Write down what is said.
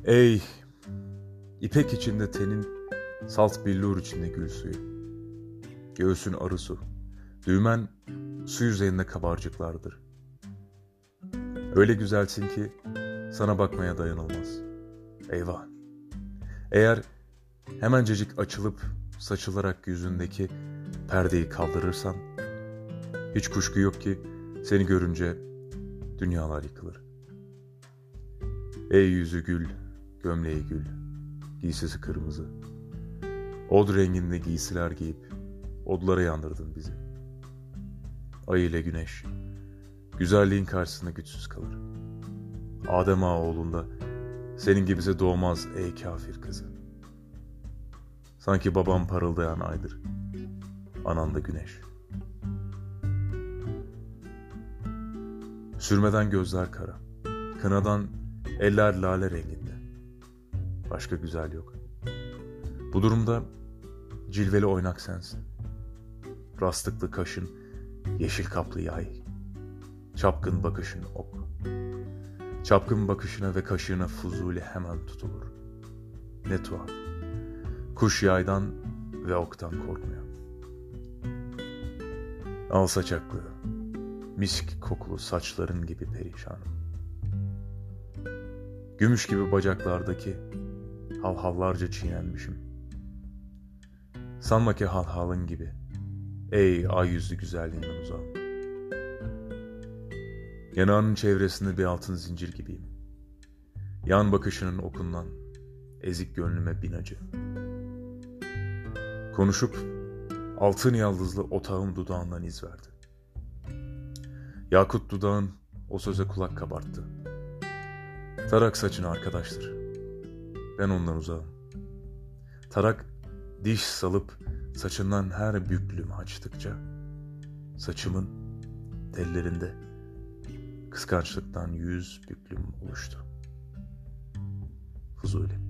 Ey ipek içinde tenin, salt billur içinde gül suyu. Göğsün arı su, düğmen su yüzeyinde kabarcıklardır. Öyle güzelsin ki sana bakmaya dayanılmaz. Eyvah! Eğer hemencecik açılıp saçılarak yüzündeki perdeyi kaldırırsan, hiç kuşku yok ki seni görünce dünyalar yıkılır. Ey yüzü gül, gömleği gül, giysisi kırmızı. Od renginde giysiler giyip odlara yandırdın bizi. Ay ile güneş, güzelliğin karşısında güçsüz kalır. Adem Ağa oğlunda senin gibisi doğmaz ey kafir kızı. Sanki babam parıldayan aydır, anan da güneş. Sürmeden gözler kara, kınadan eller lale renginde. Başka güzel yok. Bu durumda cilveli oynak sensin. Rastıklı kaşın yeşil kaplı yay. Çapkın bakışın ok. Çapkın bakışına ve kaşığına Fuzuli hemen tutulur. Ne tuhaf. Kuş yaydan ve oktan korkmuyor. Al saçaklı, misk kokulu saçların gibi perişanım. Gümüş gibi bacaklardaki halhallarca çiğnenmişim. Sanma ki halhalın gibi, ey ay yüzlü güzelliğinden uzağım. Yanağının çevresinde bir altın zincir gibiyim. Yan bakışının okundan ezik gönlüme bin acı. Konuşup altın yaldızlı otağım dudağından iz verdi. Yakut dudağın o söze kulak kabarttı. Tarak saçın arkadaştır. Ben ondan uzağım. Tarak diş salıp saçından her büklümü açtıkça saçımın tellerinde kıskançlıktan 100 büklüm oluştu. Fuzuli.